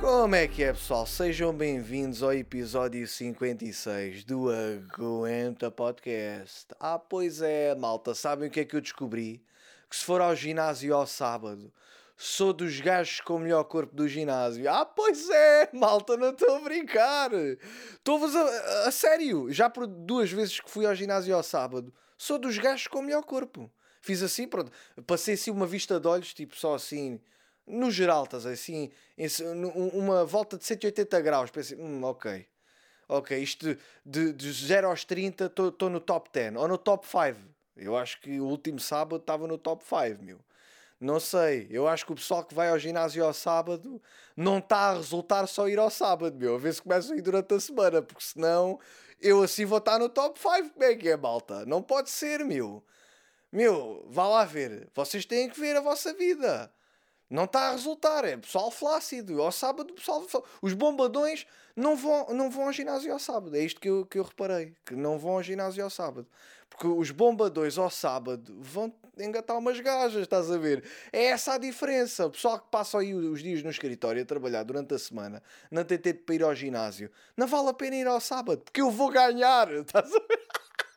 Como é que é, pessoal? Sejam bem-vindos ao episódio 56 do Aguenta Podcast. Pois é, malta, sabem o que é que eu descobri? Que se for ao ginásio ao sábado, sou dos gajos com o melhor corpo do ginásio. Pois é, malta, não estou a brincar. Estou-vos a sério. Já por 2 vezes que fui ao ginásio ao sábado, sou dos gajos com o melhor corpo. Fiz assim, pronto. Passei assim uma vista de olhos, tipo só assim. No geral, estás assim, uma volta de 180 graus. Pensei, ok. Ok, isto de 0 aos 30 estou no top 10 ou no top 5. Eu acho que o último sábado estava no top 5, meu. Não sei, eu acho que o pessoal que vai ao ginásio ao sábado não está a resultar só ir ao sábado, meu. A ver se começam a ir durante a semana, porque senão eu assim vou estar no top 5. Como é que é, malta? Não pode ser, meu. Meu, vá lá ver. Vocês têm que ver a vossa vida. Não está a resultar, é pessoal flácido. Ao sábado, pessoal. Os bombadões não vão ao ginásio ao sábado. É isto que eu reparei. Que não vão ao ginásio ao sábado. Porque os bombadões ao sábado vão engatar umas gajas, estás a ver? É essa a diferença. O pessoal que passa aí os dias no escritório a trabalhar durante a semana, não tem tempo para ir ao ginásio, não vale a pena ir ao sábado, porque eu vou ganhar, estás a ver?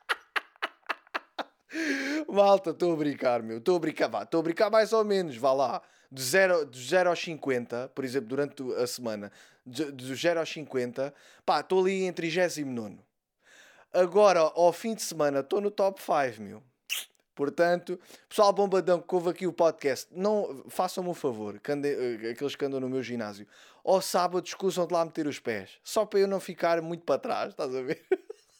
Malta, estou a brincar, meu. Estou a brincar, vá. Estou a brincar mais ou menos, vá lá. De zero aos 50, por exemplo, durante a semana, de 0 aos 50, pá, estou ali em 39º. Agora, ao fim de semana, estou no top 5, meu. Portanto, pessoal bombadão que ouve aqui o podcast, não, façam-me um favor, aqueles que andam no meu ginásio, ao sábado escusam de lá meter os pés, só para eu não ficar muito para trás, estás a ver?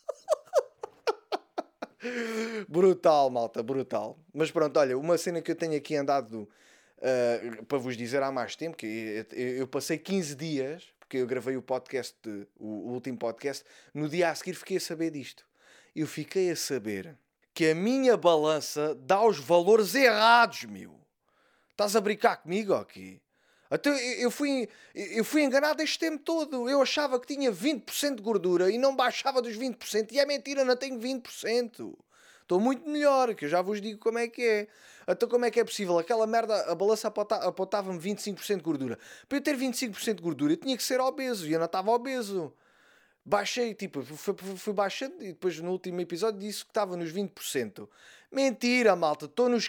Brutal, malta, brutal. Mas pronto, olha, uma cena que eu tenho aqui andado para vos dizer há mais tempo, que eu passei 15 dias, porque eu gravei o podcast, o último podcast, no dia a seguir fiquei a saber disto. Eu fiquei a saber que a minha balança dá os valores errados, meu. Estás a brincar comigo ou quê? Então, eu fui enganado este tempo todo. Eu achava que tinha 20% de gordura e não baixava dos 20%. E é mentira, não tenho 20%. Estou muito melhor, que eu já vos digo como é que é. Então como é que é possível? Aquela merda, a balança apontava-me 25% de gordura. Para eu ter 25% de gordura, eu tinha que ser obeso. E eu não estava obeso. Baixei, tipo, fui baixando e depois no último episódio disse que estava nos 20%. Mentira, malta, estou nos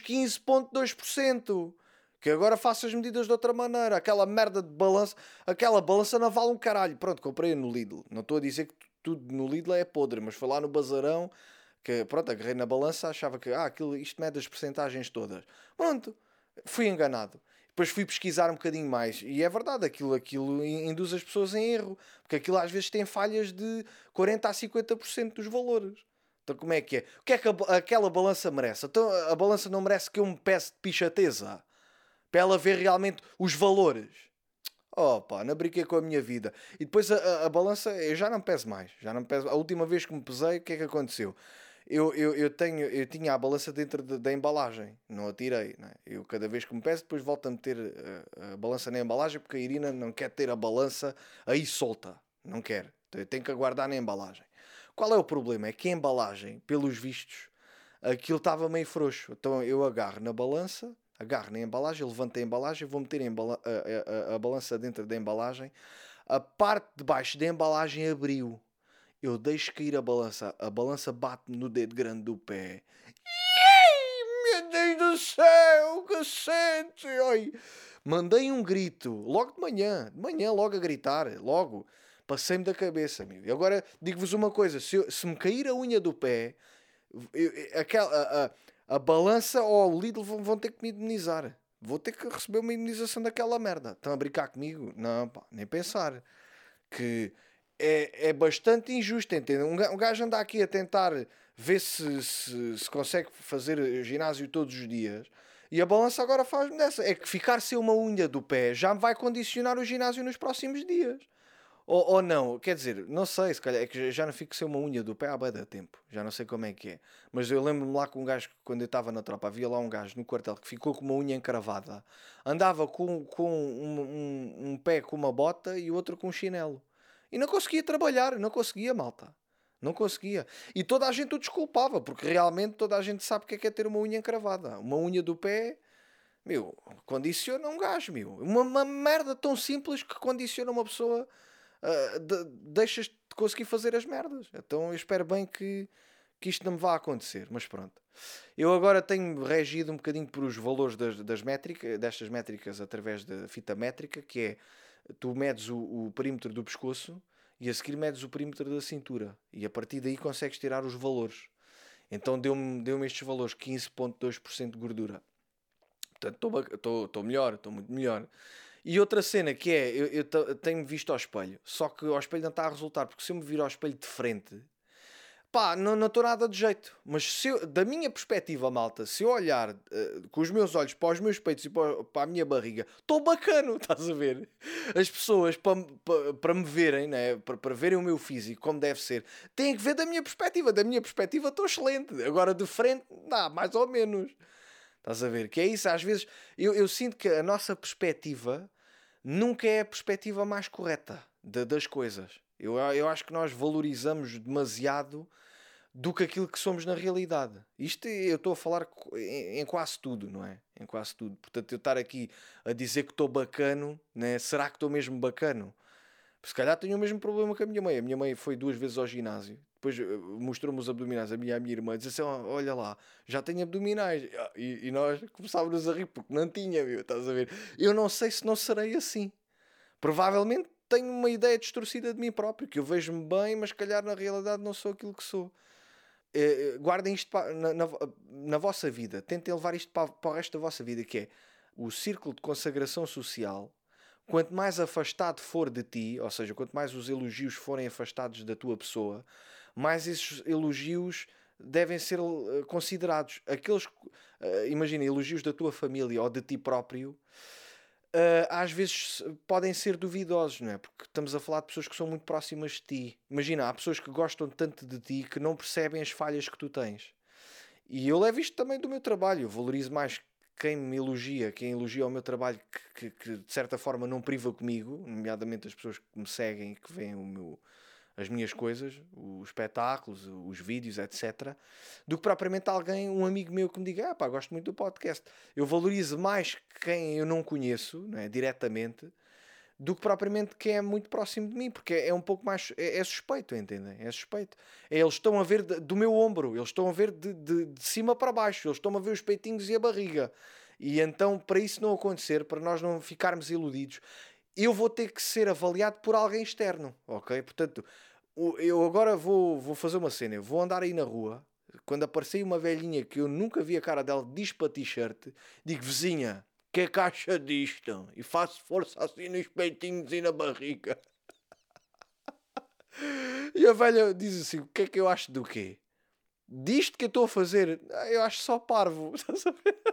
15,2%. Que agora faço as medidas de outra maneira. Aquela merda de balança, aquela balança não vale um caralho. Pronto, comprei no Lidl. Não estou a dizer que tudo no Lidl é podre, mas foi lá no Bazarão que, pronto, agarrei na balança, achava que, isto mede as percentagens todas. Pronto, fui enganado. Depois fui pesquisar um bocadinho mais e é verdade, aquilo induz as pessoas em erro, porque aquilo às vezes tem falhas de 40 a 50% dos valores. Então como é que é? O que é que aquela balança merece? Então a balança não merece que eu me peça de pichateza para ela ver realmente os valores. Oh pá, não brinquei com a minha vida. E depois a balança, eu já não peso mais. Já não peso. A última vez que me pesei, o que é que aconteceu? Eu tinha a balança dentro da embalagem, não a tirei. Né? Eu cada vez que me peso, depois volto a meter a balança na embalagem, porque a Irina não quer ter a balança aí solta. Não quer. Então eu tenho que aguardar na embalagem. Qual é o problema? É que a embalagem, pelos vistos, aquilo estava meio frouxo. Então eu agarro na embalagem, levanto a embalagem, vou meter a balança dentro da embalagem. A parte de baixo da embalagem abriu. Eu deixo cair a balança bate-me no dedo grande do pé. Ai, meu Deus do céu, cacete! Ai. Mandei um grito, logo de manhã logo a gritar, logo. Passei-me da cabeça, amigo. E agora digo-vos uma coisa: se me cair a unha do pé, a balança ou o Lidl vão ter que me indemnizar. Vou ter que receber uma indemnização daquela merda. Estão a brincar comigo? Não, pá, nem pensar. Que é bastante injusto, entende? Um gajo anda aqui a tentar ver se consegue fazer ginásio todos os dias e a balança agora faz-me dessa. É que ficar sem uma unha do pé já me vai condicionar o ginásio nos próximos dias. Ou não, quer dizer, não sei, se calhar é que já não fico sem uma unha do pé há bué de tempo, já não sei como é que é. Mas eu lembro-me lá com um gajo, quando eu estava na tropa, havia lá um gajo no quartel que ficou com uma unha encravada, andava com um pé com uma bota e o outro com um chinelo. E não conseguia trabalhar, não conseguia, malta. Não conseguia. E toda a gente o desculpava, porque realmente toda a gente sabe o que é ter uma unha encravada. Uma unha do pé meu, condiciona um gajo, meu. Uma merda tão simples que condiciona uma pessoa, deixas de conseguir fazer as merdas. Então eu espero bem que isto não me vá acontecer, mas pronto. Eu agora tenho regido um bocadinho por os valores das métricas, destas métricas através da fita métrica, que é, tu medes o perímetro do pescoço e a seguir medes o perímetro da cintura. E a partir daí consegues tirar os valores. Então deu-me estes valores, 15,2% de gordura. Portanto, estou melhor, estou muito melhor. E outra cena que é, eu tenho visto ao espelho, só que ao espelho não está a resultar, porque se eu me vir ao espelho de frente, pá, não estou nada de jeito. Mas da minha perspectiva, malta, se eu olhar com os meus olhos para os meus peitos e para a minha barriga, estou bacano, estás a ver? As pessoas, para me verem, né, para verem o meu físico como deve ser, têm que ver da minha perspectiva. Da minha perspectiva estou excelente. Agora de frente, dá, mais ou menos. Estás a ver? Que é isso, às vezes eu sinto que a nossa perspectiva nunca é a perspectiva mais correta das coisas. Eu acho que nós valorizamos demasiado do que aquilo que somos na realidade. Isto eu estou a falar em quase tudo, não é? Em quase tudo. Portanto, eu estar aqui a dizer que estou bacano, né? Será que estou mesmo bacano? Se calhar tenho o mesmo problema que a minha mãe. A minha mãe foi 2 vezes ao ginásio. Depois mostrou-me os abdominais. A minha irmã disse assim: olha lá, já tenho abdominais. E nós começávamos a rir porque não tinha, meu, estás a ver? Eu não sei se não serei assim. Provavelmente tenho uma ideia distorcida de mim próprio, que eu vejo-me bem, mas se calhar na realidade não sou aquilo que sou. Guardem isto na vossa vida. Tentem levar isto para o resto da vossa vida, que é o círculo de consagração social. Quanto mais afastado for de ti, ou seja, quanto mais os elogios forem afastados da tua pessoa, mais esses elogios devem ser considerados. Aqueles, imagina, elogios da tua família ou de ti próprio, às vezes podem ser duvidosos, não é? Porque estamos a falar de pessoas que são muito próximas de ti. Imagina, há pessoas que gostam tanto de ti que não percebem as falhas que tu tens. E eu levo isto também do meu trabalho. Eu valorizo mais quem me elogia, quem elogia o meu trabalho, que de certa forma não priva comigo, nomeadamente as pessoas que me seguem e que veem as minhas coisas, os espetáculos, os vídeos, etc., do que propriamente alguém, um amigo meu que me diga: pá, gosto muito do podcast. Eu valorizo mais quem eu não conheço, não é, diretamente, do que propriamente quem é muito próximo de mim, porque é um pouco mais, é suspeito, entendem? É suspeito. Eles estão a ver do meu ombro, eles estão a ver de cima para baixo, eles estão a ver os peitinhos e a barriga. E então, para isso não acontecer, para nós não ficarmos iludidos, eu vou ter que ser avaliado por alguém externo, ok? Portanto, eu agora vou fazer uma cena, eu vou andar aí na rua, quando aparecer uma velhinha que eu nunca vi a cara dela, diz para t-shirt, digo: vizinha, que é que acha disto? E faço força assim nos peitinhos e na barriga. E a velha diz assim: o que é que eu acho do quê? Disto que eu estou a fazer, eu acho só parvo. Estás a ver?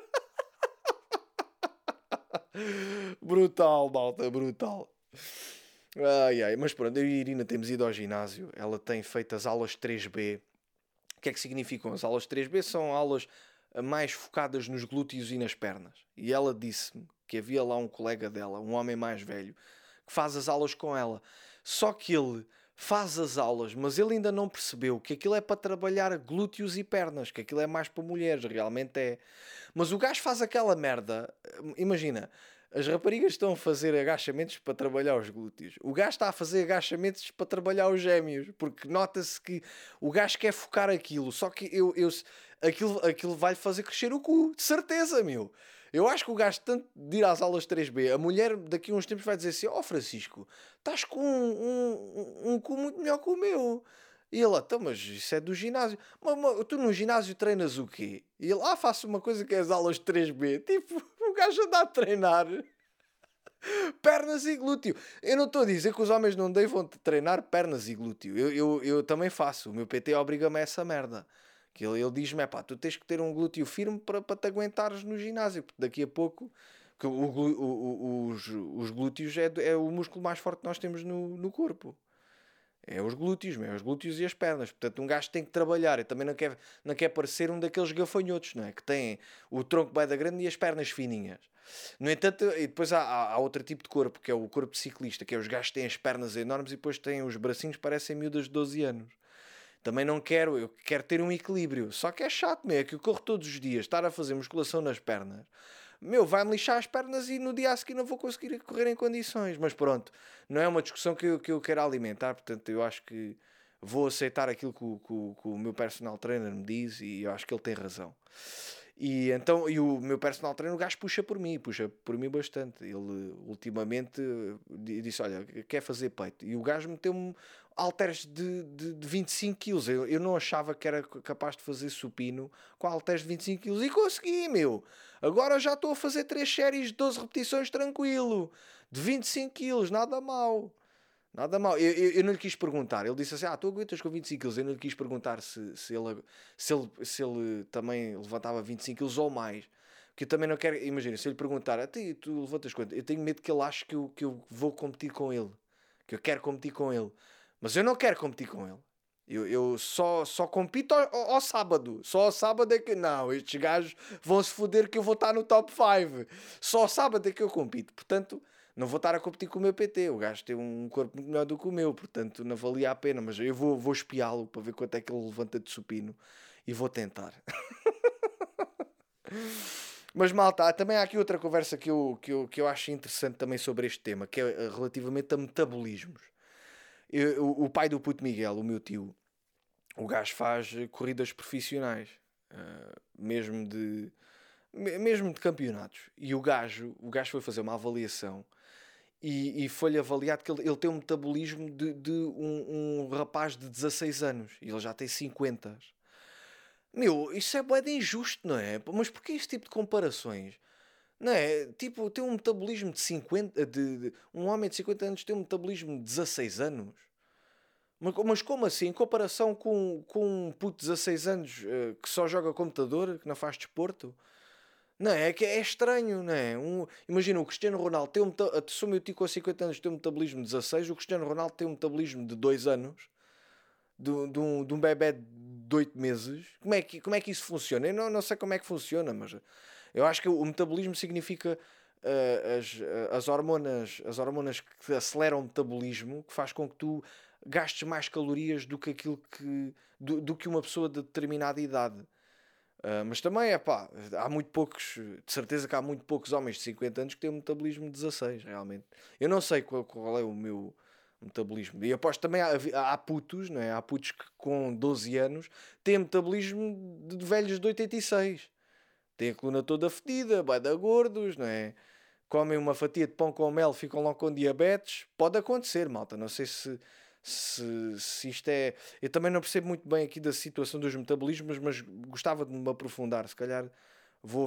Brutal, malta, brutal. Ai, ai, mas pronto, eu e a Irina temos ido ao ginásio. Ela tem feito as aulas 3B. O que é que significam? As aulas 3B são aulas mais focadas nos glúteos e nas pernas. E ela disse-me que havia lá um colega dela, um homem mais velho, que faz as aulas com ela. Só que ele faz as aulas, mas ele ainda não percebeu que aquilo é para trabalhar glúteos e pernas, que aquilo é mais para mulheres, realmente é. Mas o gajo faz aquela merda, imagina. As raparigas estão a fazer agachamentos para trabalhar os glúteos. O gajo está a fazer agachamentos para trabalhar os gêmeos. Porque nota-se que o gajo quer focar aquilo. Só que aquilo vai-lhe fazer crescer o cu. De certeza, meu. Eu acho que o gajo, tanto de ir às aulas 3B, a mulher daqui a uns tempos vai dizer assim: Francisco, estás com um cu muito melhor que o meu. E ele: então, mas isso é do ginásio. Mas tu no ginásio treinas o quê? E ele: faço uma coisa que é as aulas 3B. Tipo, o gajo anda a treinar pernas e glúteo. Eu não estou a dizer que os homens não devam treinar pernas e glúteo. Eu também faço. O meu PT obriga-me a essa merda. Que ele diz-me: tu tens que ter um glúteo firme para te aguentares no ginásio. Porque daqui a pouco, que os glúteos é o músculo mais forte que nós temos no corpo. É os glúteos, é os glúteos e as pernas. Portanto, um gajo tem que trabalhar. E também não quer parecer um daqueles gafanhotos, não é? Que tem o tronco bem da grande e as pernas fininhas. No entanto, e depois há outro tipo de corpo, que é o corpo ciclista, que é os gajos que têm as pernas enormes e depois têm os bracinhos que parecem miúdas de 12 anos. Também não quero, eu quero ter um equilíbrio. Só que é chato, é que eu corro todos os dias, estar a fazer musculação nas pernas. meu, vai-me lixar as pernas e no dia a seguir não vou conseguir correr em condições. Mas pronto, não é uma discussão que eu quero alimentar, portanto eu acho que vou aceitar aquilo que o meu personal trainer me diz e eu acho que ele tem razão. E então, e o meu personal trainer, o gajo puxa por mim bastante. Ele ultimamente disse: Olha, quer fazer peito? E o gajo meteu-me halteres de 25 quilos. Eu não achava que era capaz de fazer supino com halteres de 25 quilos e consegui, meu. Agora já estou a fazer 3 séries de 12 repetições tranquilo, de 25 quilos, nada mal. Nada mal. Eu não lhe quis perguntar. Ele disse assim: tu aguentas com 25 quilos. Eu não lhe quis perguntar se ele também levantava 25 quilos ou mais. Porque eu também não quero. Imagina, se eu lhe perguntar: tu levantas quanto? Eu tenho medo que ele ache que eu vou competir com ele. Que eu quero competir com ele. Mas eu não quero competir com ele. Eu só compito ao sábado. Só ao sábado é que. Não, estes gajos vão se foder que eu vou estar no top 5. Só ao sábado é que eu compito. Portanto. Não vou estar a competir com o meu PT. O gajo tem um corpo muito melhor do que o meu, portanto não valia a pena. Mas eu vou espiá-lo para ver quanto é que ele levanta de supino e vou tentar. Mas malta, também há aqui outra conversa que eu acho interessante também sobre este tema, que é relativamente a metabolismos. O pai do puto Miguel, o meu tio, o gajo faz corridas profissionais, mesmo de campeonatos. E o gajo foi fazer uma avaliação. E foi-lhe avaliado que ele tem um metabolismo de um rapaz de 16 anos. E ele já tem 50. Meu, isso é bué de injusto, não é? Mas porquê este tipo de comparações? Não é? Tipo, tem um metabolismo de 50... um homem de 50 anos tem um metabolismo de 16 anos? Mas como assim? Em comparação com um puto de 16 anos que só joga computador, que não faz desporto? Não, é que é estranho, não é? Imagina, o Cristiano Ronaldo tem se o meu tio com 50 anos tem um metabolismo de 16, o Cristiano Ronaldo tem um metabolismo de 2 anos, de um bebé de 8 meses. Como é que isso funciona? Eu não sei como é que funciona, mas eu acho que o metabolismo significa as hormonas que aceleram o metabolismo, que faz com que tu gastes mais calorias do que aquilo do que uma pessoa de determinada idade. Mas também há muito poucos, de certeza que há muito poucos homens de 50 anos que têm um metabolismo de 16, realmente. Eu não sei qual é o meu metabolismo. E aposto também há putos, não é? Há putos que com 12 anos têm metabolismo de velhos de 86. Têm a coluna toda fedida, vai dar gordos, não é? Comem uma fatia de pão com mel, ficam logo com diabetes. Pode acontecer, malta. Não sei se isto é. Eu também não percebo muito bem aqui da situação dos metabolismos, mas gostava de me aprofundar. Se calhar vou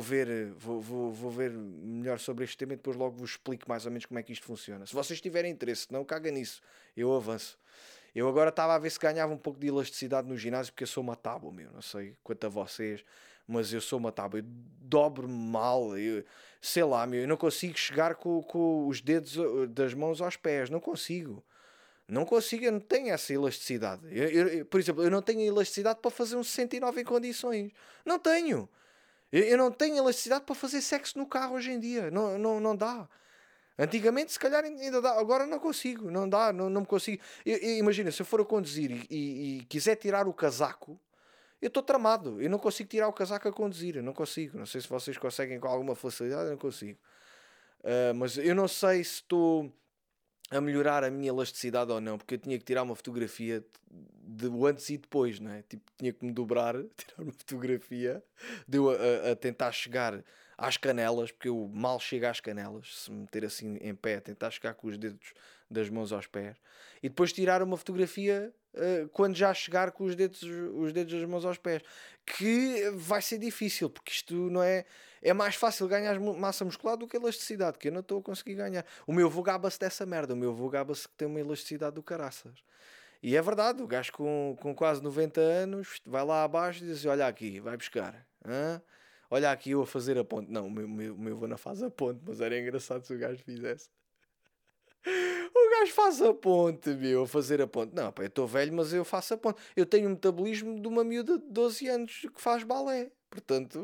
ver melhor sobre este tema e depois logo vos explico mais ou menos como é que isto funciona. Se vocês tiverem interesse, não caga nisso, eu avanço. Eu agora estava a ver se ganhava um pouco de elasticidade no ginásio porque eu sou uma tábua, meu. Não sei quanto a vocês, mas eu sou uma tábua. Eu dobro-me mal. Sei lá, meu. Eu não consigo chegar com os dedos das mãos aos pés. Não consigo. Não consigo, eu não tenho essa elasticidade. Por exemplo, eu não tenho elasticidade para fazer um 69 em condições. Não tenho. Eu não tenho elasticidade para fazer sexo no carro hoje em dia. Não dá. Antigamente, se calhar, ainda dá. Agora não consigo. Não dá. Não me consigo. Imagina, se eu for a conduzir e quiser tirar o casaco, eu estou tramado. Eu não consigo tirar o casaco a conduzir. Eu não consigo. Não sei se vocês conseguem com alguma facilidade. Eu não consigo. Mas eu não sei se estou a melhorar a minha elasticidade ou não, porque eu tinha que tirar uma fotografia do antes e depois, não é? Tipo, tinha que me dobrar, tirar uma fotografia de eu a tentar chegar às canelas, porque eu mal chego às canelas, se me meter assim em pé, tentar chegar com os dedos das mãos aos pés, e depois tirar uma fotografia quando já chegar com os dedos das mãos aos pés, que vai ser difícil, porque isto não é. É mais fácil ganhar massa muscular do que elasticidade, que eu não estou a conseguir ganhar. O meu avô gaba-se dessa merda. O meu avô gaba-se que tem uma elasticidade do caraças. E é verdade, o gajo com quase 90 anos vai lá abaixo e diz assim, olha aqui, vai buscar. Hã? Olha aqui eu a fazer a ponte. Não, o meu avô não faz a ponte, mas era engraçado se o gajo fizesse. O gajo faz a ponte, meu, a fazer a ponte. Não, pá, eu estou velho, mas eu faço a ponte. Eu tenho o metabolismo de uma miúda de 12 anos que faz balé. Portanto...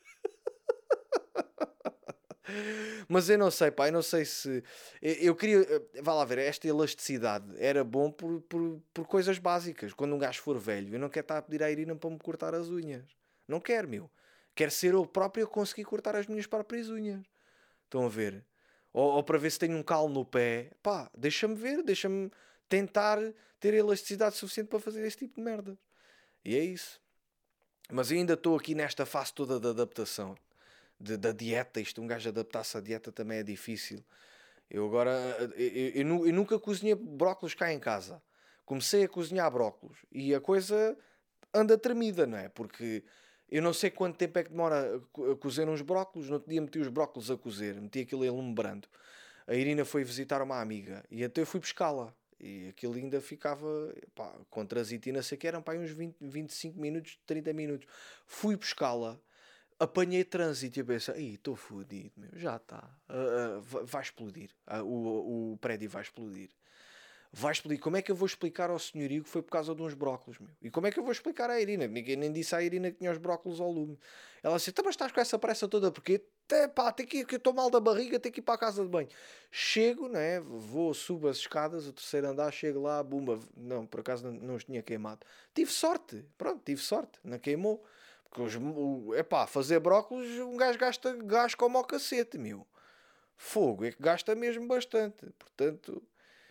Mas eu não sei, pá, eu não sei se. Eu queria. Vá lá ver, esta elasticidade era bom por coisas básicas. Quando um gajo for velho, eu não quero estar a pedir à Irina para me cortar as unhas. Não quero, meu. Quero ser eu próprio a conseguir cortar as minhas próprias unhas. Estão a ver? Ou para ver se tenho um calo no pé. Pá, deixa-me ver, deixa-me tentar ter elasticidade suficiente para fazer esse tipo de merda. E é isso. Mas ainda estou aqui nesta fase toda de adaptação. Da dieta. Isto, um gajo adaptar-se à dieta também é difícil. Eu agora... Eu nunca cozinhei brócolos cá em casa. Comecei a cozinhar brócolos. E a coisa anda tremida, não é? Porque eu não sei quanto tempo é que demora a cozer uns brócolos. No outro dia meti os brócolos a cozer. Meti aquilo em lume brando. A Irina foi visitar uma amiga. E até eu fui pescá-la. E aquilo ainda ficava, pá, com trânsito e não sei o que, eram pá, uns 20, 25 minutos, 30 minutos. Fui buscá-la, apanhei trânsito e eu pensei, aí estou fodido, meu, já está, vai explodir, o prédio vai explodir. Vai explodir. Como é que eu vou explicar ao senhorio que foi por causa de uns brócolos, meu? E como é que eu vou explicar à Irina? Ninguém nem disse à Irina que tinha os brócolos ao lume. Ela disse, mas estás com essa pressa toda porque pá, tem que ir, que eu estou mal da barriga, tenho que ir para a casa de banho. Chego, né? Vou, subo as escadas, o terceiro andar, chego lá, bumba. Não, por acaso não os tinha queimado. Tive sorte, pronto, tive sorte, não queimou. Porque fazer brócolos, um gajo gasta gás como ao cacete, meu. Fogo, é que gasta mesmo bastante. Portanto,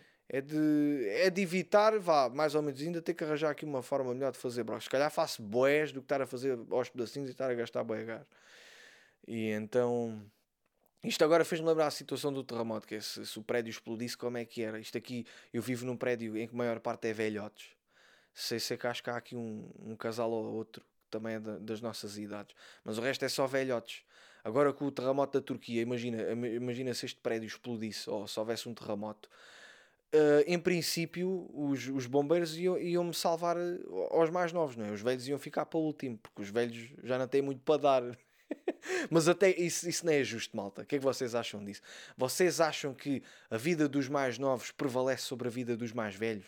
é de evitar, vá, mais ou menos, ainda ter que arranjar aqui uma forma melhor de fazer brócolis. Se calhar faço boés do que estar a fazer aos pedacinhos e estar a gastar bué gás. E então, isto agora fez-me lembrar a situação do terremoto, que é se o prédio explodisse, como é que era? Isto aqui, eu vivo num prédio em que a maior parte é velhotes. Sei que acho que há aqui um casal ou outro, que também é das nossas idades. Mas o resto é só velhotes. Agora com o terremoto da Turquia, imagina se este prédio explodisse, ou se houvesse um terremoto. Em princípio, os bombeiros iam-me salvar aos mais novos, não é? Os velhos iam ficar para o último, porque os velhos já não têm muito para dar. Mas até isso não é justo, malta. O que é que vocês acham disso? Vocês acham que a vida dos mais novos prevalece sobre a vida dos mais velhos?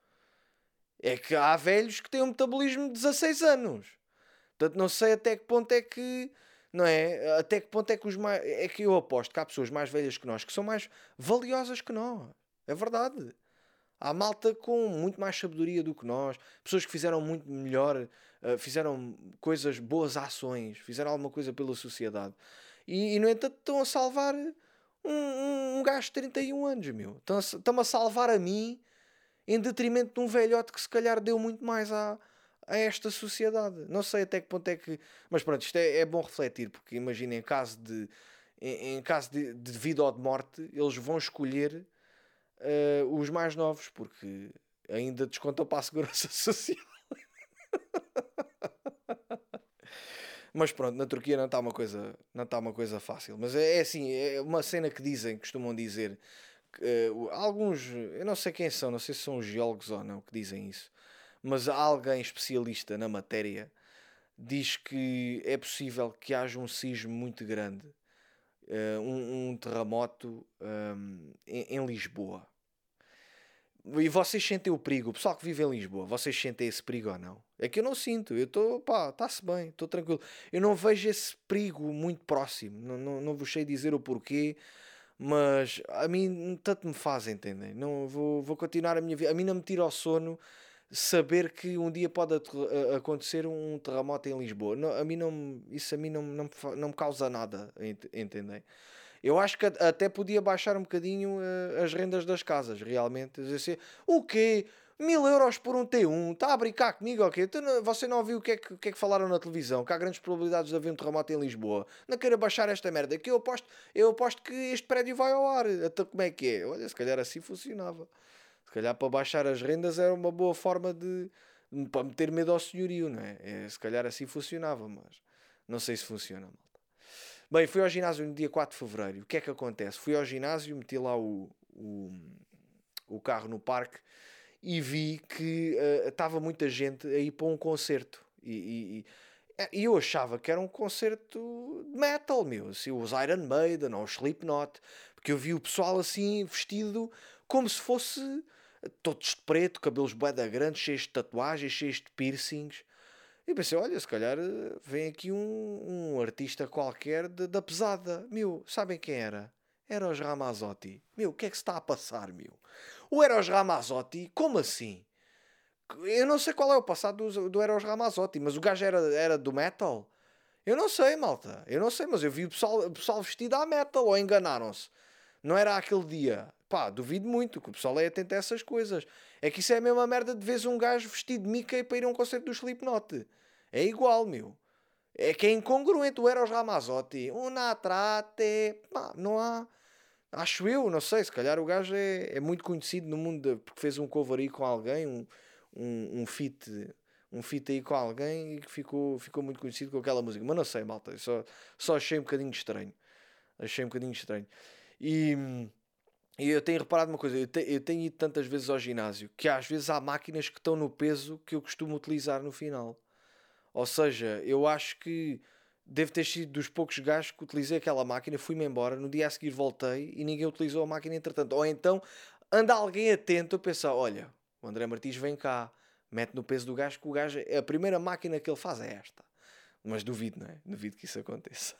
É que há velhos que têm um metabolismo de 16 anos. Portanto, não sei até que ponto é que... Não é? Até que ponto é que os mais... É que eu aposto que há pessoas mais velhas que nós que são mais valiosas que nós. É verdade. Há malta com muito mais sabedoria do que nós. Pessoas que fizeram muito melhor, fizeram coisas, boas ações, fizeram alguma coisa pela sociedade. E no entanto, estão a salvar um gajo de 31 anos, meu. Estão-me a salvar a mim em detrimento de um velhote que se calhar deu muito mais a esta sociedade. Não sei até que ponto é que... Mas pronto, isto é bom refletir, porque imaginem, em caso de vida ou de morte, eles vão escolher os mais novos, porque ainda descontam para a segurança social. Mas pronto, na Turquia não está uma coisa fácil. Mas é assim, é uma cena que costumam dizer, alguns, eu não sei quem são, não sei se são os geólogos ou não que dizem isso, mas alguém especialista na matéria diz que é possível que haja um sismo muito grande, um terremoto em Lisboa. E vocês sentem o perigo? O pessoal que vive em Lisboa, vocês sentem esse perigo ou não? É que eu não sinto. Eu estou, pá, está-se bem, estou tranquilo. Eu não vejo esse perigo muito próximo. Não vos sei dizer o porquê, mas a mim tanto me faz, entendem? Não, vou continuar a minha vida. A mim não me tira ao sono saber que um dia pode acontecer um terremoto em Lisboa. Não, isso a mim não me causa nada, entendem? Eu acho que até podia baixar um bocadinho as rendas das casas, realmente. Dizer assim, o quê? 1000 € por um T1? Está a brincar comigo, ok? Você não ouviu o que é que falaram na televisão? Que há grandes probabilidades de haver um terremoto em Lisboa. Não queira baixar esta merda, que eu aposto que este prédio vai ao ar. Até como é que é? Olha, se calhar assim funcionava. Se calhar para baixar as rendas era uma boa forma para meter medo ao senhorio, não é? Se calhar assim funcionava, mas não sei se funciona. Bem, fui ao ginásio no dia 4 de Fevereiro. O que é que acontece? Fui ao ginásio, meti lá o carro no parque e vi que estava muita gente a ir para um concerto. E eu achava que era um concerto de metal, meu. Assim, os Iron Maiden ou os Slipknot. Porque eu vi o pessoal assim, vestido como se fosse todos de preto, cabelos bué da grandes, cheios de tatuagens, cheios de piercings. E pensei, olha, se calhar vem aqui um artista qualquer da pesada. Meu, sabem quem era? Era os Ramazotti. Meu, o que é que se está a passar, meu? O Eros Ramazzotti? Como assim? Eu não sei qual é o passado do Eros Ramazzotti, mas o gajo era do metal. Eu não sei, malta. Eu não sei, mas eu vi o pessoal vestido à metal, ou enganaram-se. Não era aquele dia. Pá, duvido muito que o pessoal é atento a essas coisas. É que isso é a mesma merda de vez um gajo vestido de Mickey para ir a um concerto do Slipknot. É igual, meu. É que é incongruente o Eros Ramazzotti. Una trate. Pá, não há. Acho eu, não sei. Se calhar o gajo é muito conhecido no mundo porque fez um cover aí com alguém, um feat. Um feat aí com alguém e que ficou muito conhecido com aquela música. Mas não sei, malta. Eu só achei um bocadinho estranho. Achei um bocadinho estranho. E. E eu tenho reparado uma coisa, eu tenho ido tantas vezes ao ginásio que às vezes há máquinas que estão no peso que eu costumo utilizar no final. Ou seja, eu acho que devo ter sido dos poucos gajos que utilizei aquela máquina, fui-me embora, no dia a seguir voltei e ninguém utilizou a máquina entretanto. Ou então anda alguém atento a pensar, olha, o André Martins vem cá, mete no peso do gajo que o gajo, a primeira máquina que ele faz é esta. Mas duvido, não é? Duvido que isso aconteça.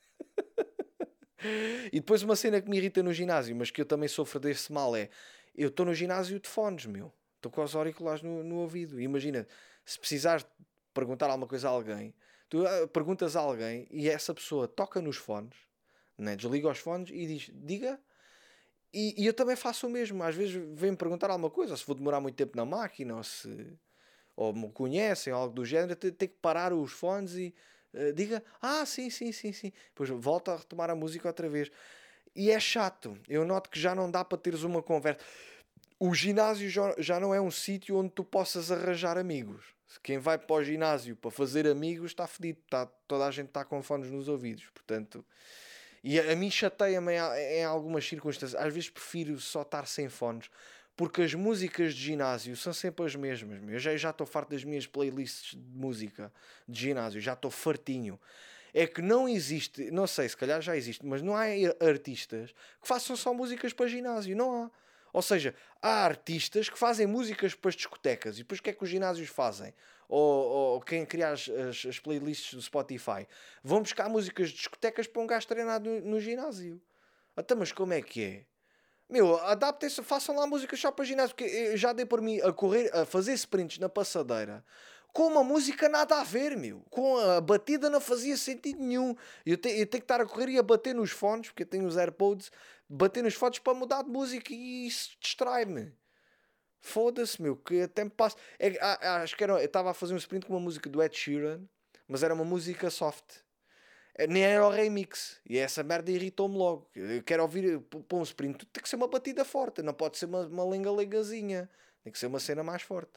E depois uma cena que me irrita no ginásio, mas que eu também sofro desse mal é, eu estou no ginásio de fones, meu. Estou com os auriculares no ouvido. Imagina, se precisares perguntar alguma coisa a alguém, tu perguntas a alguém e essa pessoa toca nos fones, né? Desliga os fones e diz, diga. E eu também faço o mesmo. Às vezes vem-me perguntar alguma coisa, ou se vou demorar muito tempo na máquina, ou me conhecem, ou algo do género, tenho que parar os fones e diga, sim, sim, sim, sim. Depois volta a retomar a música outra vez. E é chato. Eu noto que já não dá para teres uma conversa. O ginásio já não é um sítio onde tu possas arranjar amigos. Quem vai para o ginásio para fazer amigos está fedido. Toda a gente está com fones nos ouvidos. Portanto, e a mim chateia-me em algumas circunstâncias. Às vezes prefiro só estar sem fones. Porque as músicas de ginásio são sempre as mesmas. Eu já estou farto das minhas playlists de música de ginásio. Já estou fartinho. É que não existe, não sei, se calhar já existe, mas não há artistas que façam só músicas para ginásio. Não há. Ou seja, há artistas que fazem músicas para as discotecas. E depois o que é que os ginásios fazem? Ou quem cria as playlists do Spotify vão buscar músicas de discotecas para um gajo treinar no ginásio. Até mas como é que é? Meu, adaptem-se, façam lá músicas só para ginásio, porque eu já dei por mim a correr, a fazer sprints na passadeira, com uma música nada a ver, meu. Com a batida não fazia sentido nenhum. Eu tenho que estar a correr e a bater nos fones, porque eu tenho os AirPods, bater nos fones para mudar de música e isso distrai-me. Foda-se, meu, que até me passa. Acho que era, eu estava a fazer um sprint com uma música do Ed Sheeran, mas era uma música soft. Nem era o remix. E essa merda irritou-me logo. Eu quero ouvir para um sprint. Tem que ser uma batida forte. Não pode ser uma lenga-lengazinha. Tem que ser uma cena mais forte.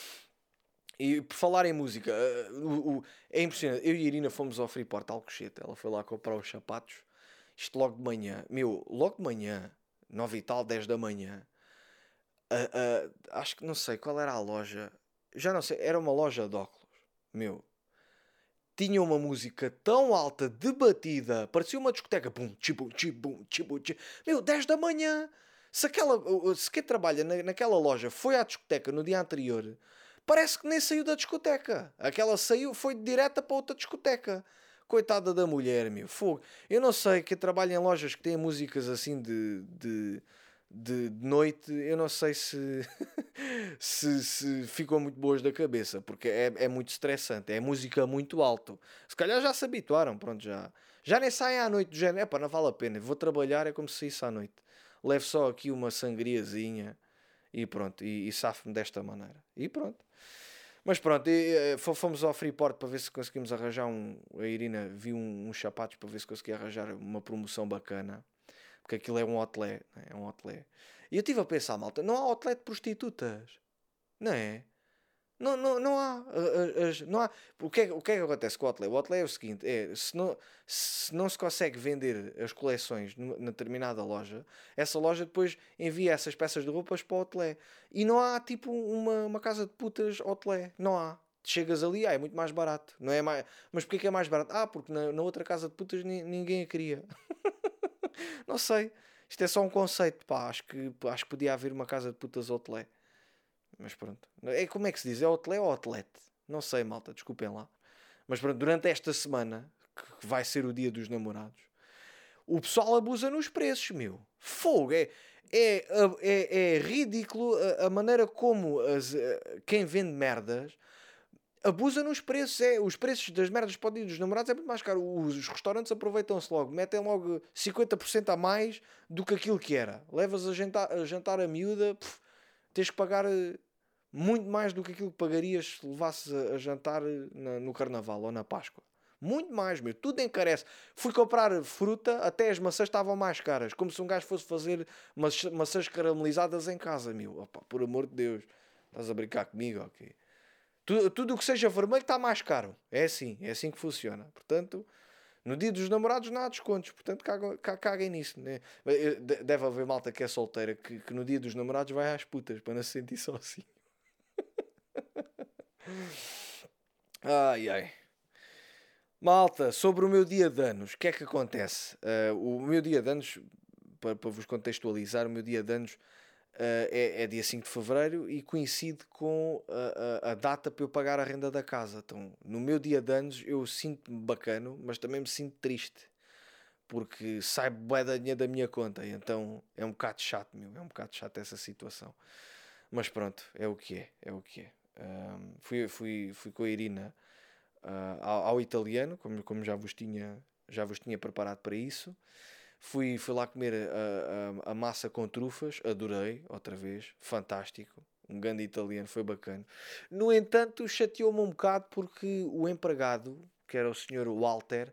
E por falar em música, é impressionante. Eu e a Irina fomos ao Freeport Alcochete. Ela foi lá comprar os sapatos. Isto logo de manhã. Meu, logo de manhã. 9 e tal, 10 da manhã. Acho que não sei qual era a loja. Já não sei. Era uma loja de óculos. Meu, tinha uma música tão alta, debatida, parecia uma discoteca. Bum, tchibum, tchibum, tchibum, tchibum. Meu, 10 da manhã. Se quem trabalha naquela loja foi à discoteca no dia anterior, parece que nem saiu da discoteca. Aquela saiu, foi direta para outra discoteca. Coitada da mulher, meu. Fogo. Eu não sei, quem trabalha em lojas que têm músicas assim de noite, eu não sei se, se ficam muito boas da cabeça, porque é muito estressante, é música muito alto. Se calhar já se habituaram, pronto, já nem saem à noite do género, epá, não vale a pena, vou trabalhar, é como se saísse à noite. Levo só aqui uma sangriazinha e pronto, e safo-me desta maneira. E pronto. Mas pronto, fomos ao Freeport para ver se conseguimos arranjar a Irina viu uns sapatos para ver se conseguia arranjar uma promoção bacana. Porque aquilo é um outlet, né? É um outlet. E eu estive a pensar, malta, não há outlet de prostitutas, não é? Não há, não há. O que é que acontece com o outlet? O outlet é o seguinte, se não se consegue vender as coleções na determinada loja, essa loja depois envia essas peças de roupas para o outlet. E não há tipo uma casa de putas outlet, não há. Chegas ali, é muito mais barato, não é mais. Mas porquê que é mais barato? Porque na outra casa de putas ninguém a queria. Não sei. Isto é só um conceito, pá. Acho que podia haver uma casa de putas outlet. Mas pronto. Como é que se diz? É outlet ou outlet? Não sei, malta. Desculpem lá. Mas pronto, durante esta semana, que vai ser o dia dos namorados, o pessoal abusa nos preços, meu. Fogo. É ridículo a maneira como quem vende merdas Abusa nos preços, os preços das merdas para o dia dos namorados é muito mais caro. Os restaurantes aproveitam-se logo, metem logo 50% a mais do que aquilo que era. Levas a jantar a miúda, tens que pagar muito mais do que aquilo que pagarias se levasses a jantar no Carnaval ou na Páscoa. Muito mais, meu. Tudo encarece. Fui comprar fruta, até as maçãs estavam mais caras. Como se um gajo fosse fazer maçãs caramelizadas em casa, meu. Opa, por amor de Deus. Estás a brincar comigo, ok? Tudo o que seja vermelho está mais caro. É assim que funciona. Portanto, no dia dos namorados não há descontos. Portanto, caguem nisso. Né? Deve haver malta que é solteira que no dia dos namorados vai às putas para não se sentir só assim. Ai, ai. Malta, sobre o meu dia de anos, o que é que acontece? O meu dia de anos, para vos contextualizar, o meu dia de anos é dia 5 de Fevereiro e coincide com a data para eu pagar a renda da casa. Então, no meu dia de anos eu sinto-me bacano, mas também me sinto triste. Porque sai bué da dinheiro da minha conta. E então é um bocado chato, meu. É um bocado chato essa situação. Mas pronto, é o que é. É o que é. Fui com a Irina ao italiano, como já vos tinha preparado para isso. Fui lá comer a massa com trufas, adorei, outra vez, fantástico. Um grande italiano, foi bacana. No entanto, chateou-me um bocado porque o empregado, que era o senhor Walter,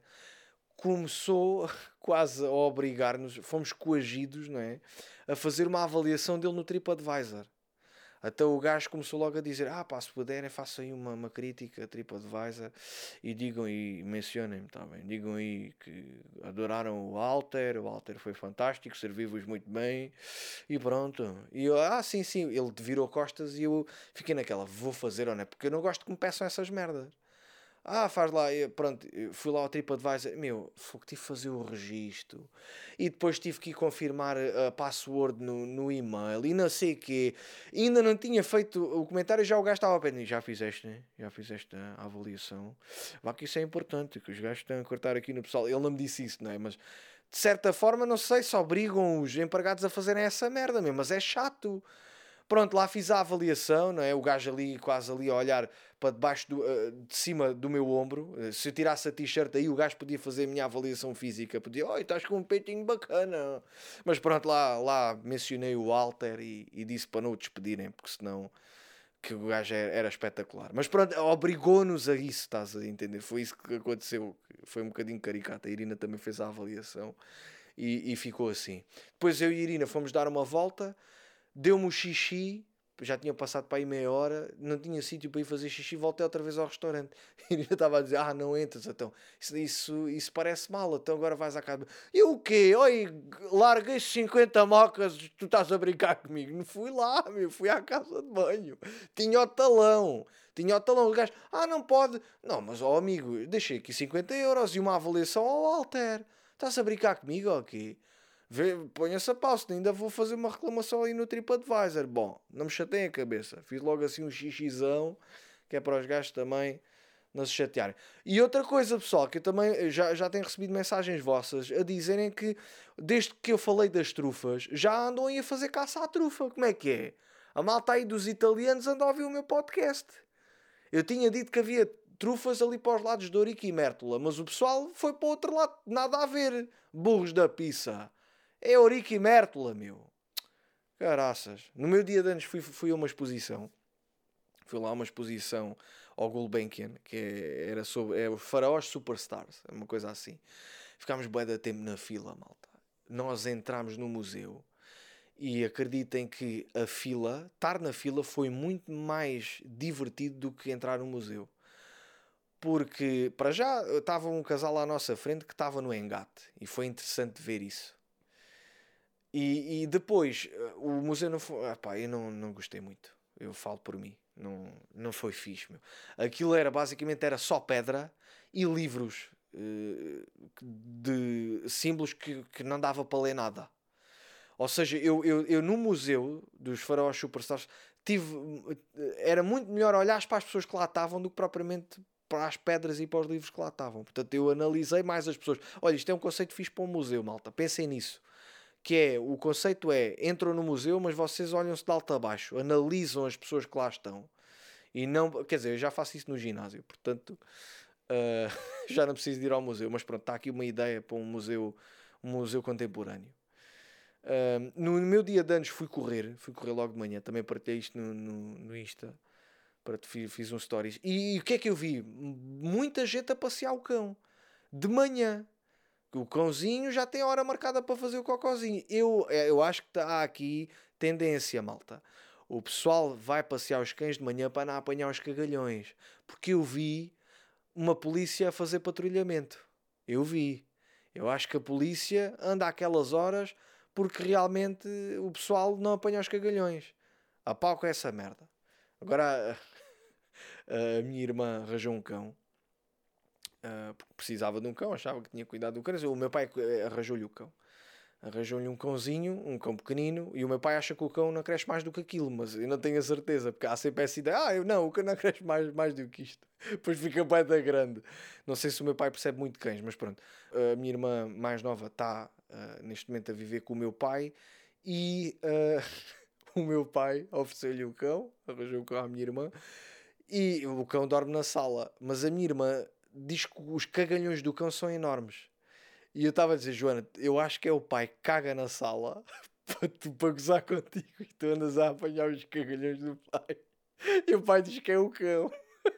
começou quase a obrigar-nos, fomos coagidos, não é? A fazer uma avaliação dele no TripAdvisor. Até o gajo começou logo a dizer: pá, se puderem, façam aí uma crítica a TripAdvisor e digam e mencionem-me, tá bem? Digam aí que adoraram o Walter foi fantástico, serviu-vos muito bem e pronto. E eu, sim, ele virou costas e eu fiquei naquela: vou fazer ou não? Porque eu não gosto que me peçam essas merdas. Faz lá, pronto, eu fui lá ao TripAdvisor, meu, tive que fazer o registro e depois tive que ir confirmar a password no e-mail e não sei o quê. E ainda não tinha feito o comentário, já o gajo estava a pedir: já fizeste, né? Já fizeste a avaliação. Vá que isso é importante, que os gajos estão a cortar aqui no pessoal. Ele não me disse isso, não é? Mas de certa forma, não sei, se obrigam os empregados a fazerem essa merda mesmo, mas é chato. Pronto, lá fiz a avaliação, não é? O gajo ali, quase ali a olhar para debaixo de cima do meu ombro. Se eu tirasse a t-shirt aí, o gajo podia fazer a minha avaliação física. Podia: oi, estás com um peitinho bacana. Mas pronto, lá mencionei o Walter e disse para não o despedirem, porque senão que o gajo era espetacular. Mas pronto, obrigou-nos a isso, estás a entender? Foi isso que aconteceu. Foi um bocadinho caricato. A Irina também fez a avaliação e ficou assim. Depois eu e a Irina fomos dar uma volta. Deu-me o xixi, já tinha passado para aí meia hora, não tinha sítio para ir fazer xixi, voltei outra vez ao restaurante. E ele estava a dizer: não entras, então, isso parece mal, então agora vais à casa. E o quê? Oi, larguei 50 mocas, tu estás a brincar comigo? Não fui lá, meu, fui à casa de banho. Tinha o talão, o gajo: não pode. Não, mas amigo, deixei aqui 50 € e uma avaliação ao Alter. Estás a brincar comigo ou quê? Ponha-se a pausa, ainda vou fazer uma reclamação aí no TripAdvisor. Bom, não me chateiem a cabeça. Fiz logo assim um xixizão, que é para os gajos também não se chatearem. E outra coisa, pessoal, que eu também já tenho recebido mensagens vossas a dizerem que, desde que eu falei das trufas, já andam aí a fazer caça à trufa. Como é que é? A malta aí dos italianos anda a ouvir o meu podcast. Eu tinha dito que havia trufas ali para os lados de Ourique e Mértola, mas o pessoal foi para o outro lado. Nada a ver. Burros da pizza. É Eurico e Mértola, meu. Caraças. No meu dia de anos fui a uma exposição. Fui lá a uma exposição ao Gulbenkian, que era sobre os faraós superstars, uma coisa assim. Ficámos bué de tempo na fila, malta. Nós entramos no museu e acreditem que estar na fila foi muito mais divertido do que entrar no museu. Porque, para já, estava um casal à nossa frente que estava no engate e foi interessante ver isso. E depois, o museu não foi. Eu não gostei muito. Eu falo por mim. Não foi fixe, meu. Aquilo era só pedra e livros de símbolos que não dava para ler nada. Ou seja, eu no museu dos faraós superstars era muito melhor olhar para as pessoas que lá estavam do que propriamente para as pedras e para os livros que lá estavam. Portanto, eu analisei mais as pessoas. Olha, isto é um conceito fixe para um museu, malta. Pensem nisso. O conceito entram no museu, mas vocês olham-se de alto a baixo, analisam as pessoas que lá estão E não, quer dizer, eu já faço isso no ginásio, portanto, já não preciso de ir ao museu. Mas pronto, está aqui uma ideia para um museu contemporâneo. No meu dia de anos fui correr logo de manhã, também partilhei isto no Insta, fiz um stories. E o que é que eu vi? Muita gente a passear o cão, de manhã. O cãozinho já tem hora marcada para fazer o cocózinho. Eu acho que há aqui tendência, malta. O pessoal vai passear os cães de manhã para não apanhar os cagalhões. Porque eu vi uma polícia a fazer patrulhamento. Eu vi. Eu acho que a polícia anda àquelas horas porque realmente o pessoal não apanha os cagalhões. A pau com essa merda. Agora a minha irmã arranjou um cão. Porque precisava de um cão, achava que tinha cuidado do cão. O meu pai arranjou-lhe o cão. Arranjou-lhe um cãozinho, um cão pequenino, e o meu pai acha que o cão não cresce mais do que aquilo, mas eu não tenho a certeza, porque há sempre essa ideia, o cão não cresce mais do que isto. Depois fica pai da grande. Não sei se o meu pai percebe muito cães, mas pronto. A minha irmã mais nova está neste momento a viver com o meu pai e o meu pai ofereceu-lhe o cão, arranjou o cão à minha irmã, e o cão dorme na sala, mas a minha irmã diz que os cagalhões do cão são enormes. E eu estava a dizer, Joana, eu acho que é o pai que caga na sala para gozar contigo e tu andas a apanhar os cagalhões do pai. E o pai diz que é o cão.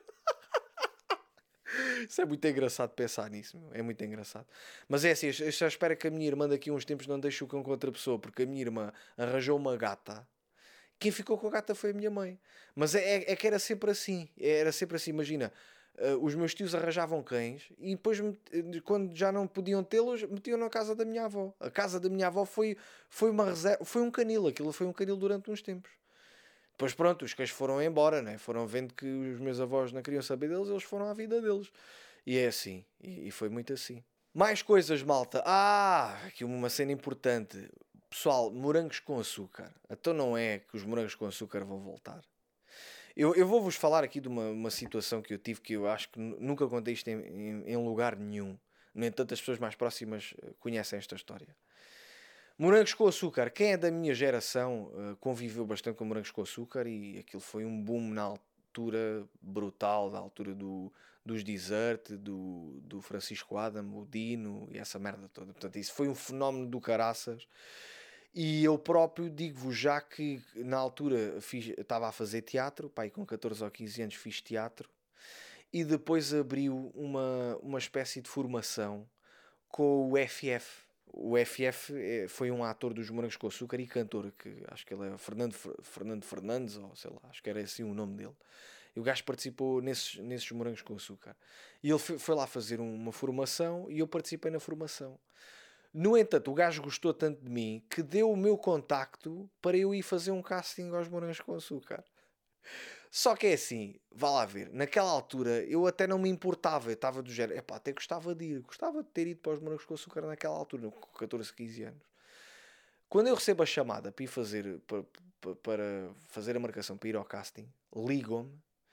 Isso é muito engraçado pensar nisso, meu. É muito engraçado. Mas é assim, eu só espero que a minha irmã daqui a uns tempos não deixe o cão com outra pessoa, porque a minha irmã arranjou uma gata. Quem ficou com a gata foi a minha mãe. Mas é que era sempre assim. Era sempre assim, imagina. Os meus tios arranjavam cães e depois, quando já não podiam tê-los, metiam na casa da minha avó. A casa da minha avó foi uma reserva, foi um canil. Aquilo foi um canil durante uns tempos. Depois, pronto, os cães foram embora, né? Foram vendo que os meus avós não queriam saber deles, eles foram à vida deles. E é assim. E foi muito assim. Mais coisas, malta. Aqui uma cena importante. Pessoal, morangos com açúcar. Então não é que os morangos com açúcar vão voltar. Eu vou-vos falar aqui de uma situação que eu tive que eu acho que nunca contei isto em lugar nenhum. No entanto, as pessoas mais próximas conhecem esta história. Morangos com açúcar. Quem é da minha geração conviveu bastante com morangos com açúcar e aquilo foi um boom na altura brutal, da altura dos Desert, do Francisco Adam, o Dino e essa merda toda. Portanto, isso foi um fenómeno do caraças. E eu próprio digo-vos já que na altura estava a fazer teatro, pai, com 14 ou 15 anos fiz teatro, e depois abriu uma espécie de formação com o FF. O FF foi um ator dos Morangos com Açúcar e cantor, que acho que ele é Fernando Fernandes, ou sei lá, acho que era assim o nome dele. E o gajo participou nesses Morangos com Açúcar. E ele foi lá fazer uma formação e eu participei na formação. No entanto, o gajo gostou tanto de mim que deu o meu contacto para eu ir fazer um casting aos Morangos com Açúcar. Só que é assim, vá lá ver, naquela altura eu até não me importava, eu estava do género, até gostava de ir, gostava de ter ido para os Morangos com Açúcar naquela altura, com 14, 15 anos. Quando eu recebo a chamada para ir para fazer a marcação para ir ao casting, ligam-me,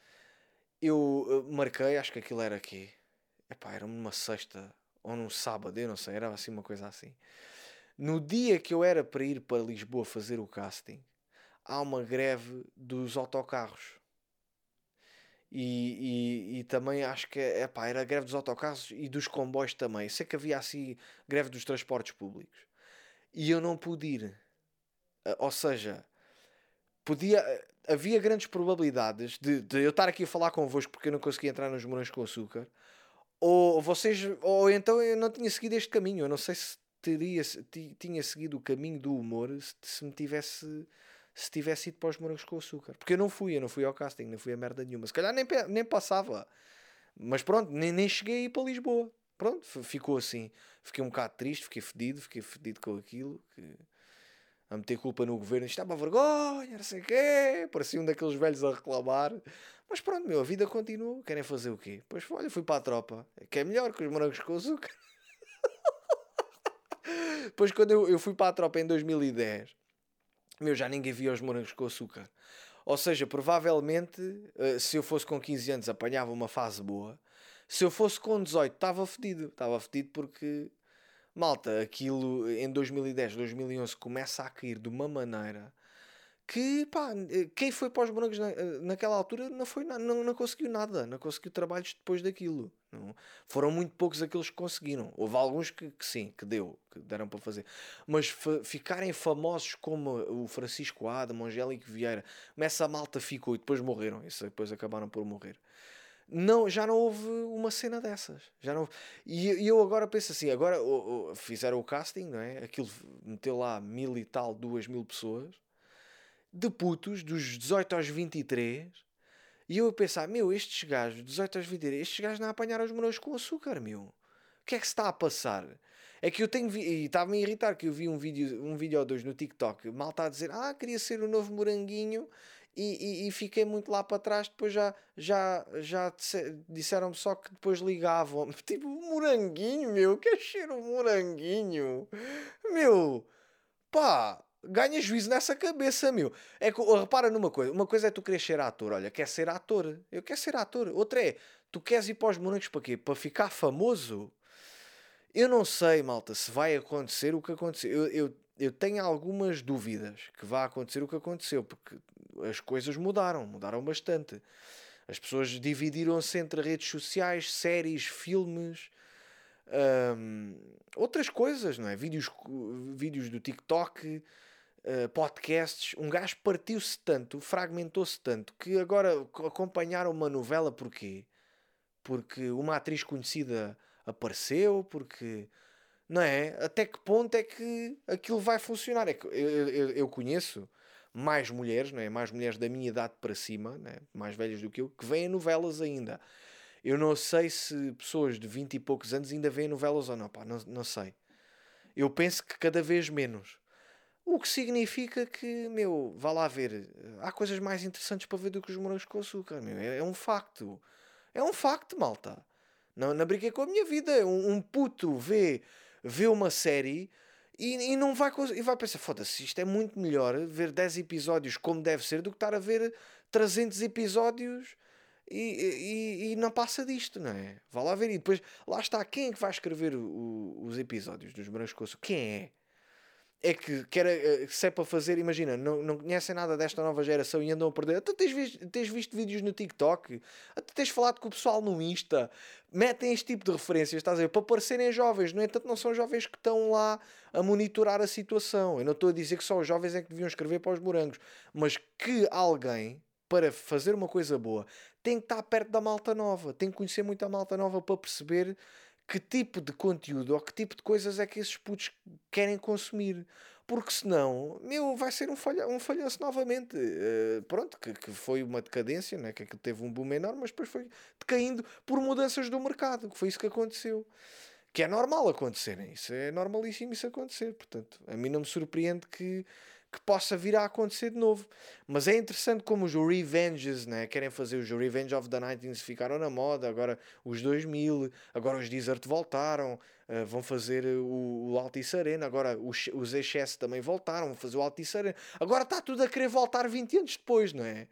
eu marquei, acho que aquilo era aqui, era numa sexta ou num sábado, eu não sei, era assim uma coisa assim. No dia que eu era para ir para Lisboa fazer o casting, há uma greve dos autocarros. E também acho que era a greve dos autocarros e dos comboios também. Sei que havia assim greve dos transportes públicos. E eu não pude ir. Ou seja, havia grandes probabilidades de eu estar aqui a falar convosco porque eu não conseguia entrar nos Morangos com Açúcar. Ou então eu não tinha seguido este caminho. Eu não sei se tinha seguido o caminho do humor se tivesse ido para os Morangos com Açúcar. Porque eu não fui ao casting, não fui a merda nenhuma. Se calhar nem passava. Mas pronto, nem cheguei a ir para Lisboa. Pronto, ficou assim. Fiquei um bocado triste, fiquei fedido com aquilo. A meter culpa no governo, isto é uma vergonha, não sei o quê. Parecia um daqueles velhos a reclamar. Mas pronto, a vida continua. Querem fazer o quê? Pois olha, fui para a tropa. Que é melhor que os Morangos com Açúcar. Depois quando eu fui para a tropa em 2010, já ninguém via os Morangos com Açúcar. Ou seja, provavelmente, se eu fosse com 15 anos apanhava uma fase boa. Se eu fosse com 18 estava fedido. Estava fedido porque, malta, aquilo em 2010, 2011 começa a cair de uma maneira que, pá, quem foi para os morangos naquela altura não conseguiu nada, não conseguiu trabalhos depois daquilo. Não, foram muito poucos aqueles que conseguiram. Houve alguns que sim, que deram para fazer. Mas ficarem famosos como o Francisco Adam, o Angélico Vieira, essa malta ficou e depois morreram. Isso depois acabaram por morrer. Não, já não houve uma cena dessas. Já não houve. E eu agora penso assim, agora fizeram o casting, não é? Aquilo meteu lá 1000 e tal, 2000 pessoas de putos dos 18 aos 23. E eu a pensar, meu, estes gajos, 18 aos 23, estes gajos não apanharam os morangos com açúcar, meu. O que é que se está a passar? É que eu tenho e estava-me a irritar que eu vi um vídeo ou dois no TikTok, mal está a dizer, queria ser o novo moranguinho e fiquei muito lá para trás, depois disseram-me só que depois ligavam. Tipo, moranguinho, meu, quer ser um moranguinho? Meu, pá, ganha juízo nessa cabeça, meu. É que, repara numa coisa. Uma coisa é tu querer ser ator. Olha, quer ser ator. Eu quero ser ator. Outra é, tu queres ir para os morangos para quê? Para ficar famoso? Eu não sei, malta, se vai acontecer o que aconteceu. Eu tenho algumas dúvidas que vai acontecer o que aconteceu, porque as coisas mudaram bastante. As pessoas dividiram-se entre redes sociais, séries, filmes, hum, outras coisas, não é? Vídeos do TikTok, podcasts. Um gajo partiu-se tanto, fragmentou-se tanto, que agora acompanharam uma novela porquê? Porque uma atriz conhecida apareceu, porque não é? Até que ponto é que aquilo vai funcionar? É que eu conheço mais mulheres, não é? Mais mulheres da minha idade para cima, né? Mais velhas do que eu, que veem novelas ainda. Eu não sei se pessoas de 20 e poucos anos ainda veem novelas ou não, pá, não sei. Eu penso que cada vez menos. O que significa que, meu, vá lá ver, há coisas mais interessantes para ver do que os morangos com açúcar, meu. É um facto. É um facto, malta. Não brinquei com a minha vida. Um puto vê uma série e não vai, e vai pensar, foda-se, isto é muito melhor ver 10 episódios como deve ser do que estar a ver 300 episódios e não passa disto, não é? Vá lá ver. E depois, lá está, quem é que vai escrever os episódios dos Morangos com Açúcar? Quem é? É que era, se é para fazer, imagina, não conhecem nada desta nova geração e andam a perder. Tu tens visto vídeos no TikTok, tu tens falado com o pessoal no Insta, metem este tipo de referências, estás a ver, para parecerem jovens. No entanto, não são jovens que estão lá a monitorar a situação. Eu não estou a dizer que só os jovens é que deviam escrever para os morangos, mas que alguém, para fazer uma coisa boa, tem que estar perto da malta nova, tem que conhecer muito a malta nova para perceber que tipo de conteúdo ou que tipo de coisas é que esses putos querem consumir. Porque senão, meu, vai ser um falhanço novamente. Pronto, que foi uma decadência, né? Que aquilo teve um boom enorme, mas depois foi decaindo por mudanças do mercado, que foi isso que aconteceu. Que é normal acontecerem. Isso é normalíssimo isso acontecer. Portanto, a mim não me surpreende que possa vir a acontecer de novo. Mas é interessante como os Revenges, né? Querem fazer os Revenge of the 19 ficaram na moda, agora os 2000, agora os Desert voltaram, vão fazer o Altice Arena, agora os Excess também voltaram, vão fazer o Altice Arena. Agora está tudo a querer voltar 20 anos depois, não é?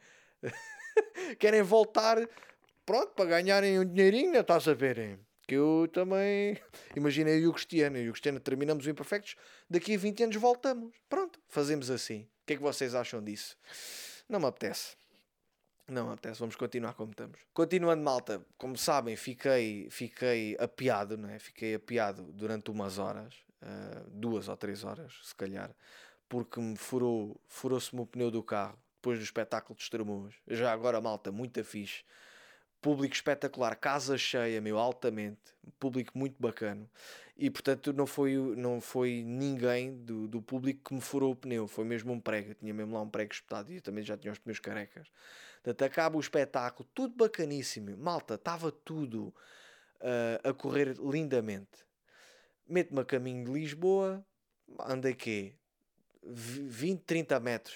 Querem voltar, pronto, para ganharem um dinheirinho, né? Estás a ver? Que eu também. Imagina eu e o Cristiano. Eu e o Cristiano terminamos o Imperfectos. Daqui a 20 anos voltamos. Pronto, fazemos assim. O que é que vocês acham disso? Não me apetece. Não me apetece. Vamos continuar como estamos. Continuando, malta. Como sabem, fiquei apiado, não é? Fiquei apiado durante umas horas. 2 ou 3 horas, se calhar. Porque furou-se-me o pneu do carro. Depois do espetáculo de Estremoz. Já agora, malta, muito fixe. Público espetacular, casa cheia, meu, altamente, público muito bacana. E portanto não foi ninguém do público que me furou o pneu, foi mesmo um prego. Eu tinha mesmo lá um prego espetado e eu também já tinha os pneus carecas. Portanto, acaba o espetáculo, tudo bacaníssimo, malta, estava tudo a correr lindamente. Meto-me a caminho de Lisboa, andei quê? 20, 30 metros.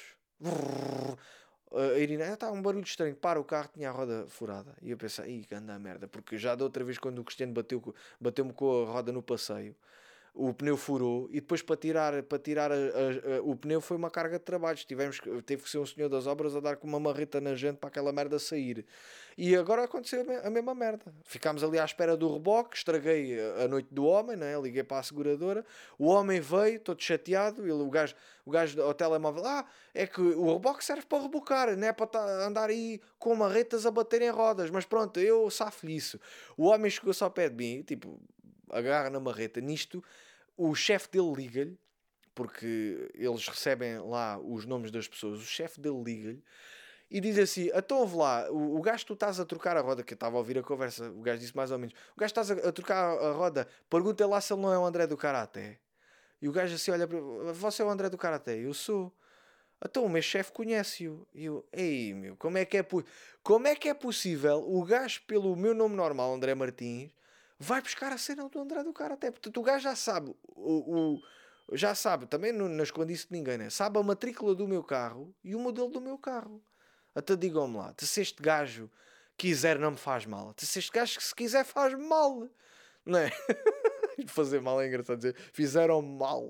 A Irina, está um barulho estranho, para o carro, tinha a roda furada. E eu pensei, ih, que anda a merda, porque já da outra vez quando o Cristiano bateu-me com a roda no passeio, o pneu furou e depois para tirar o pneu foi uma carga de trabalhos. Teve que ser um senhor das obras a dar com uma marreta na gente para aquela merda sair. E agora aconteceu a mesma merda. Ficámos ali à espera do reboque, estraguei a noite do homem, né? Liguei para a seguradora, o homem veio, todo chateado, o gajo ao telemóvel, é que o reboque serve para rebocar, não é para andar aí com marretas a bater em rodas, mas pronto, eu safo-lhe isso. O homem chegou-se ao pé de mim, tipo, agarra na marreta, nisto, o chefe dele liga-lhe, porque eles recebem lá os nomes das pessoas, o chefe dele liga-lhe e diz assim: então ouve lá, o gajo que tu estás a trocar a roda, que eu estava a ouvir a conversa, o gajo disse mais ou menos: o gajo que estás a trocar a roda, pergunta lá se ele não é o André do Karaté. E o gajo assim olha para você é o André do Karaté? Eu sou. Então o meu chefe conhece-o. E eu, ei meu, como é que é possível o gajo pelo meu nome normal, André Martins, vai buscar a cena do André do Karaté? Portanto, o gajo já sabe, já sabe, também não escondi isso de ninguém, né? Sabe a matrícula do meu carro e o modelo do meu carro. Até digam-me lá, se este gajo quiser não me faz mal. Se este gajo que se quiser faz mal. Não é? Fazer mal é engraçado dizer. Fizeram mal.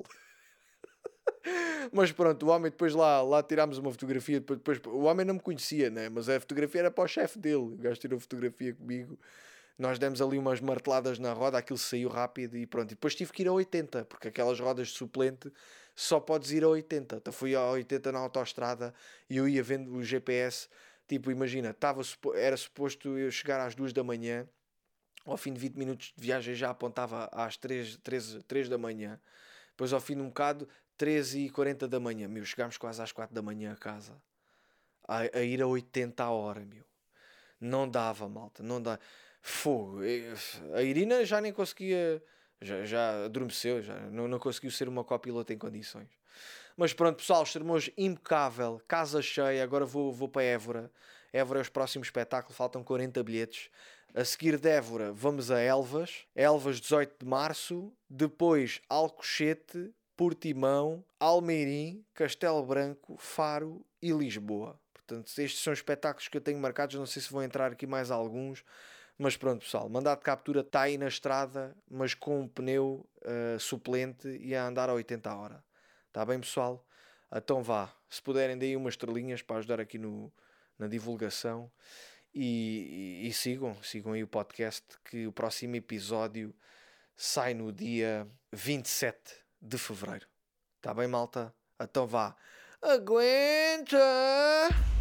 Mas pronto, o homem depois lá tirámos uma fotografia. Depois, o homem não me conhecia, né? Mas a fotografia era para o chefe dele. O gajo tirou fotografia comigo. Nós demos ali umas marteladas na roda, aquilo saiu rápido e pronto. E depois tive que ir a 80, porque aquelas rodas de suplente só podes ir a 80. Então fui a 80 na autoestrada e eu ia vendo o GPS. Tipo, imagina, era suposto eu chegar às 2 da manhã. Ao fim de 20 minutos de viagem já apontava às 3 da manhã. Depois ao fim de um bocado, 3h40 da manhã. Meu, chegámos quase às 4 da manhã a casa. A ir a 80 a hora, meu. Não dava, malta. Não dá. Fogo. A Irina já nem conseguia. Já adormeceu. Não conseguiu ser uma copiloto em condições. Mas pronto, pessoal. Estremoz impecável. Casa cheia. Agora vou para Évora. Évora é os próximos espetáculos. Faltam 40 bilhetes. A seguir de Évora vamos a Elvas. Elvas 18 de março. Depois Alcochete, Portimão, Almeirim, Castelo Branco, Faro e Lisboa. Portanto, estes são os espetáculos que eu tenho marcados. Não sei se vão entrar aqui mais alguns. Mas pronto, pessoal. Mandado de captura está aí na estrada, mas com um pneu suplente e a andar a 80 a hora. Está bem, pessoal? Então vá. Se puderem, deem umas estrelinhas para ajudar aqui na divulgação. E sigam aí o podcast, que o próximo episódio sai no dia 27 de fevereiro. Está bem, malta? Então vá. Aguenta!